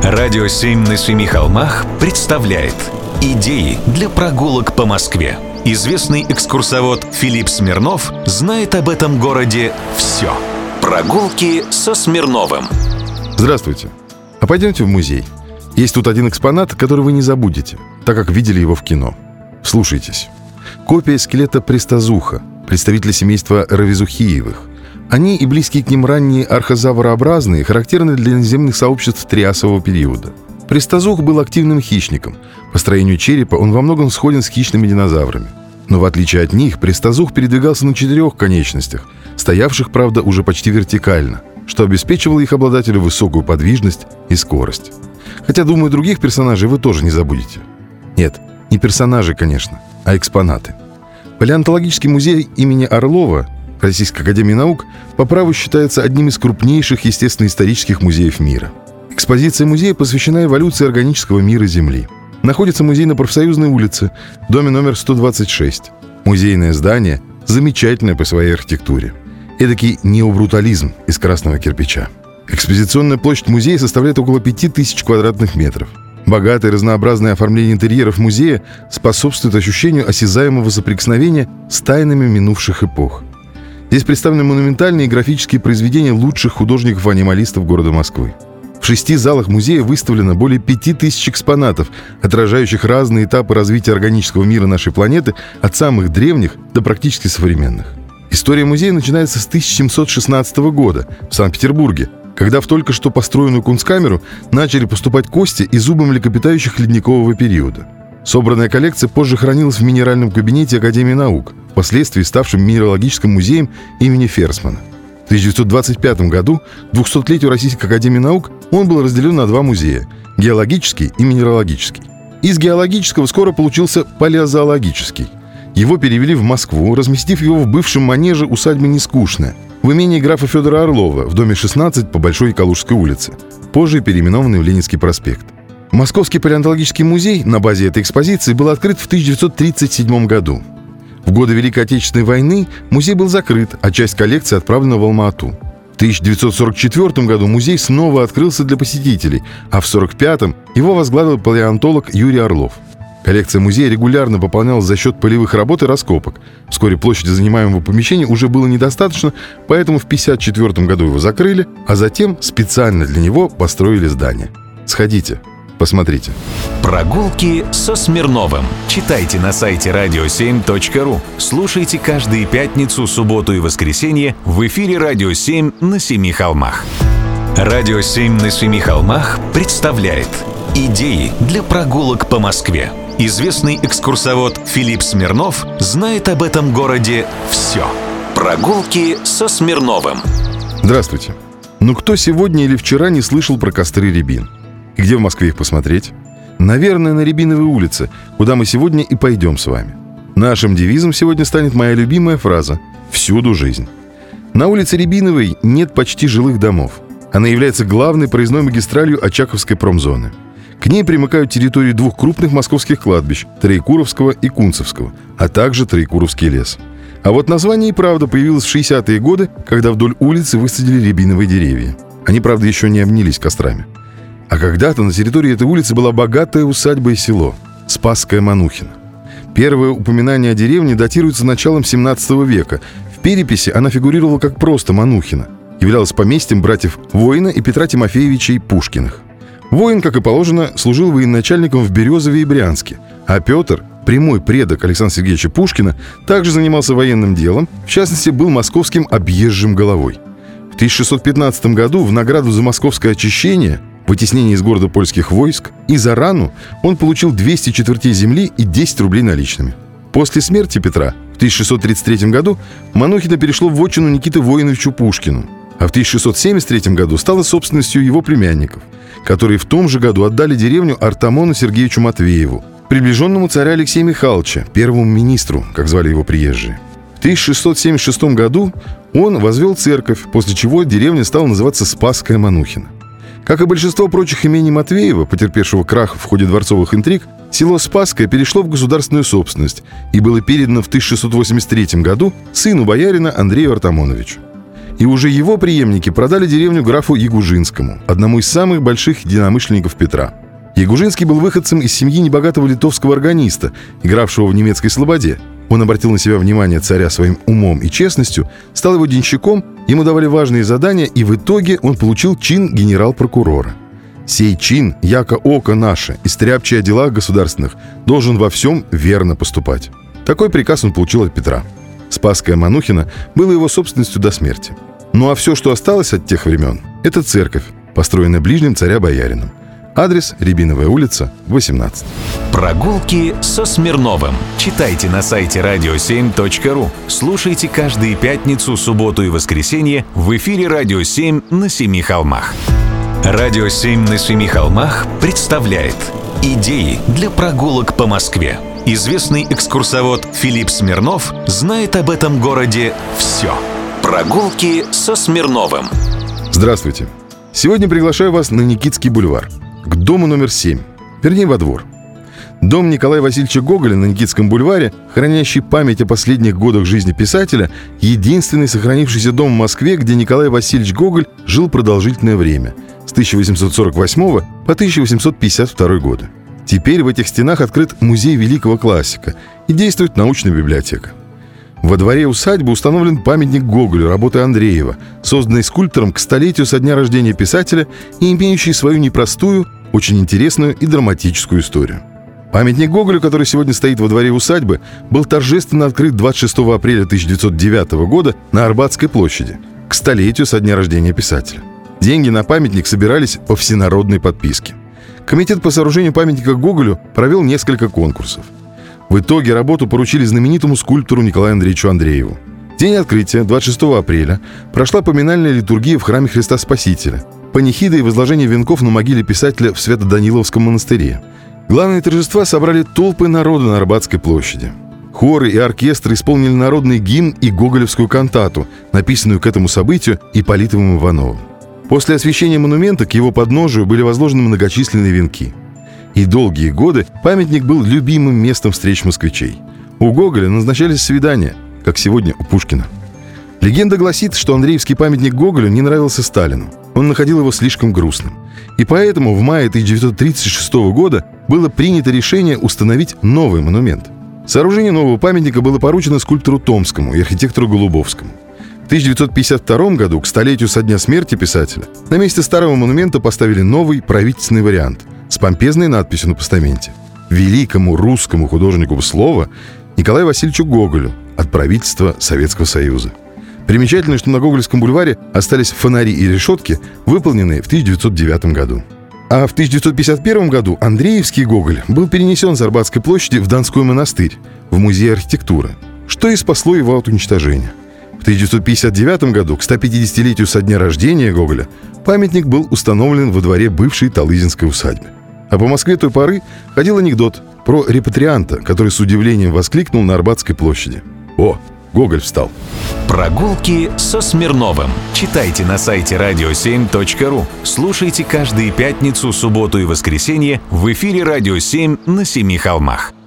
Радио 7 на семи холмах представляет идеи для прогулок по Москве. Известный экскурсовод Филипп Смирнов знает об этом городе все. Прогулки со Смирновым. Здравствуйте. А пойдемте в музей. Есть тут один экспонат, который вы не забудете, так как видели его в кино. Слушайтесь. Копия скелета Пристазуха, представителя семейства Равизухиевых. Они и близкие к ним ранние архозаврообразные характерны для наземных сообществ триасового периода. Пристазух был активным хищником. По строению черепа он во многом сходен с хищными динозаврами. Но в отличие от них, Пристазух передвигался на 4 конечностях, стоявших, правда, уже почти вертикально, что обеспечивало их обладателю высокую подвижность и скорость. Хотя, думаю, других персонажей вы тоже не забудете. Нет, не персонажи, конечно, а экспонаты. Палеонтологический музей имени Орлова Российской академии наук по праву считается одним из крупнейших естественно-исторических музеев мира. Экспозиция музея посвящена эволюции органического мира Земли. Находится музей на Профсоюзной улице, в доме номер 126. Музейное здание замечательное по своей архитектуре. Эдакий необрутализм из красного кирпича. Экспозиционная площадь музея составляет около 5000 квадратных метров. Богатое и разнообразное оформление интерьеров музея способствует ощущению осязаемого соприкосновения с тайнами минувших эпох. Здесь представлены монументальные и графические произведения лучших художников-анималистов города Москвы. В 6 залах музея выставлено более 5000 экспонатов, отражающих разные этапы развития органического мира нашей планеты от самых древних до практически современных. История музея начинается с 1716 года в Санкт-Петербурге, когда в только что построенную кунсткамеру начали поступать кости и зубы млекопитающих ледникового периода. Собранная коллекция позже хранилась в минеральном кабинете Академии наук, впоследствии ставшим Минералогическим музеем имени Ферсмана. В 1925 году, к 200-летию Российской академии наук, он был разделен на 2 музея – геологический и минералогический. Из геологического скоро получился палеозоологический. Его перевели в Москву, разместив его в бывшем манеже усадьбы Нескучная, в имении графа Федора Орлова, в доме 16 по Большой Калужской улице, позже переименованный в Ленинский проспект. Московский палеонтологический музей на базе этой экспозиции был открыт в 1937 году. В годы Великой Отечественной войны музей был закрыт, а часть коллекции отправлена в Алма-Ату. В 1944 году музей снова открылся для посетителей, а в 1945 его возглавил палеонтолог Юрий Орлов. Коллекция музея регулярно пополнялась за счет полевых работ и раскопок. Вскоре площади занимаемого помещения уже было недостаточно, поэтому в 1954 году его закрыли, а затем специально для него построили здание. Сходите, посмотрите. Прогулки со Смирновым. Читайте на сайте radio7.ru. Слушайте каждые пятницу, субботу и воскресенье в эфире «Радио 7 на семи холмах». «Радио 7 на семи холмах» представляет идеи для прогулок по Москве. Известный экскурсовод Филипп Смирнов знает об этом городе все. Прогулки со Смирновым. Здравствуйте. Ну кто сегодня или вчера не слышал про костры Рябин? И где в Москве их посмотреть? Наверное, на Рябиновой улице, куда мы сегодня и пойдем с вами. Нашим девизом сегодня станет моя любимая фраза «Всюду жизнь». На улице Рябиновой нет почти жилых домов. Она является главной проездной магистралью Очаковской промзоны. К ней примыкают территории 2 крупных московских кладбищ – Троекуровского и Кунцевского, а также Троекуровский лес. А вот название и правда появилось в 60-е годы, когда вдоль улицы высадили рябиновые деревья. Они, правда, еще не обнялись кострами. А когда-то на территории этой улицы была богатая усадьба и село – Спасское Манухино. Первое упоминание о деревне датируется началом 17 века. В переписи она фигурировала как просто Манухино. Являлась поместьем братьев Воина и Петра Тимофеевичей Пушкиных. Воин, как и положено, служил военачальником в Березове и Брянске, а Петр, прямой предок Александра Сергеевича Пушкина, также занимался военным делом, в частности, был московским объезжим головой. В 1615 году в награду за московское очищение, вытеснение из города польских войск и за рану он получил 200 четвертей земли и 10 рублей наличными. После смерти Петра в 1633 году Манухино перешло в вотчину Никиты Воиновичу Пушкину, а в 1673 году стало собственностью его племянников, которые в том же году отдали деревню Артамону Сергеевичу Матвееву, приближенному царя Алексея Михайловича, первому министру, как звали его приезжие. В 1676 году он возвел церковь, после чего деревня стала называться Спасское Манухино. Как и большинство прочих имений Матвеева, потерпевшего крах в ходе дворцовых интриг, село Спасское перешло в государственную собственность и было передано в 1683 году сыну боярина Андрею Артамоновичу. И уже его преемники продали деревню графу Ягужинскому, одному из самых больших единомышленников Петра. Ягужинский был выходцем из семьи небогатого литовского органиста, игравшего в немецкой слободе. Он обратил на себя внимание царя своим умом и честностью, стал его денщиком, ему давали важные задания, и в итоге он получил чин генерал-прокурора. «Сей чин, яко око наше, и стряпчий о делах государственных, должен во всем верно поступать». Такой приказ он получил от Петра. Спасская Манухина была его собственностью до смерти. Ну а все, что осталось от тех времен, это церковь, построенная ближним царя-боярином. Адрес: Рябиновая улица, 18. Прогулки со Смирновым. Читайте на сайте radio7.ru. Слушайте каждые пятницу, субботу и воскресенье в эфире «Радио 7» на Семи холмах. «Радио 7» на Семи холмах представляет идеи для прогулок по Москве. Известный экскурсовод Филипп Смирнов знает об этом городе все. Прогулки со Смирновым. Здравствуйте. Сегодня приглашаю вас на Никитский бульвар, к дому номер 7, вернее, во двор. Дом Николая Васильевича Гоголя на Никитском бульваре, хранящий память о последних годах жизни писателя, единственный сохранившийся дом в Москве, где Николай Васильевич Гоголь жил продолжительное время, с 1848 по 1852 годы. Теперь в этих стенах открыт музей великого классика и действует научная библиотека. Во дворе усадьбы установлен памятник Гоголю работы Андреева, созданный скульптором к столетию со дня рождения писателя и имеющий свою непростую, очень интересную и драматическую историю. Памятник Гоголю, который сегодня стоит во дворе усадьбы, был торжественно открыт 26 апреля 1909 года на Арбатской площади, к столетию со дня рождения писателя. Деньги на памятник собирались по всенародной подписке. Комитет по сооружению памятника Гоголю провел несколько конкурсов. В итоге работу поручили знаменитому скульптору Николаю Андреевичу Андрееву. В день открытия, 26 апреля, прошла поминальная литургия в храме Христа Спасителя, панихида и возложение венков на могиле писателя в Свято-Даниловском монастыре. Главные торжества собрали толпы народа на Арбатской площади. Хоры и оркестры исполнили народный гимн и гоголевскую кантату, написанную к этому событию Ипполитовым Ивановым. После освящения монумента к его подножию были возложены многочисленные венки. И долгие годы памятник был любимым местом встреч москвичей. У Гоголя назначались свидания, как сегодня у Пушкина. Легенда гласит, что Андреевский памятник Гоголю не нравился Сталину. Он находил его слишком грустным. И поэтому в мае 1936 года было принято решение установить новый монумент. Сооружение нового памятника было поручено скульптору Томскому и архитектору Голубовскому. В 1952 году, к столетию со дня смерти писателя, на месте старого монумента поставили новый правительственный вариант с помпезной надписью на постаменте: «Великому русскому художнику слова Николаю Васильевичу Гоголю от правительства Советского Союза». Примечательно, что на Гогольском бульваре остались фонари и решетки, выполненные в 1909 году. А в 1951 году Андреевский Гоголь был перенесен с Арбатской площади в Донской монастырь, в музей архитектуры, что и спасло его от уничтожения. В 1959 году, к 150-летию со дня рождения Гоголя, памятник был установлен во дворе бывшей Талызинской усадьбы. А по Москве той поры ходил анекдот про репатрианта, который с удивлением воскликнул на Арбатской площади: «О, Гоголь встал!» Прогулки со Смирновым. Читайте на сайте radio7.ru. Слушайте каждые пятницу, субботу и воскресенье в эфире «Радио 7» на Семи холмах.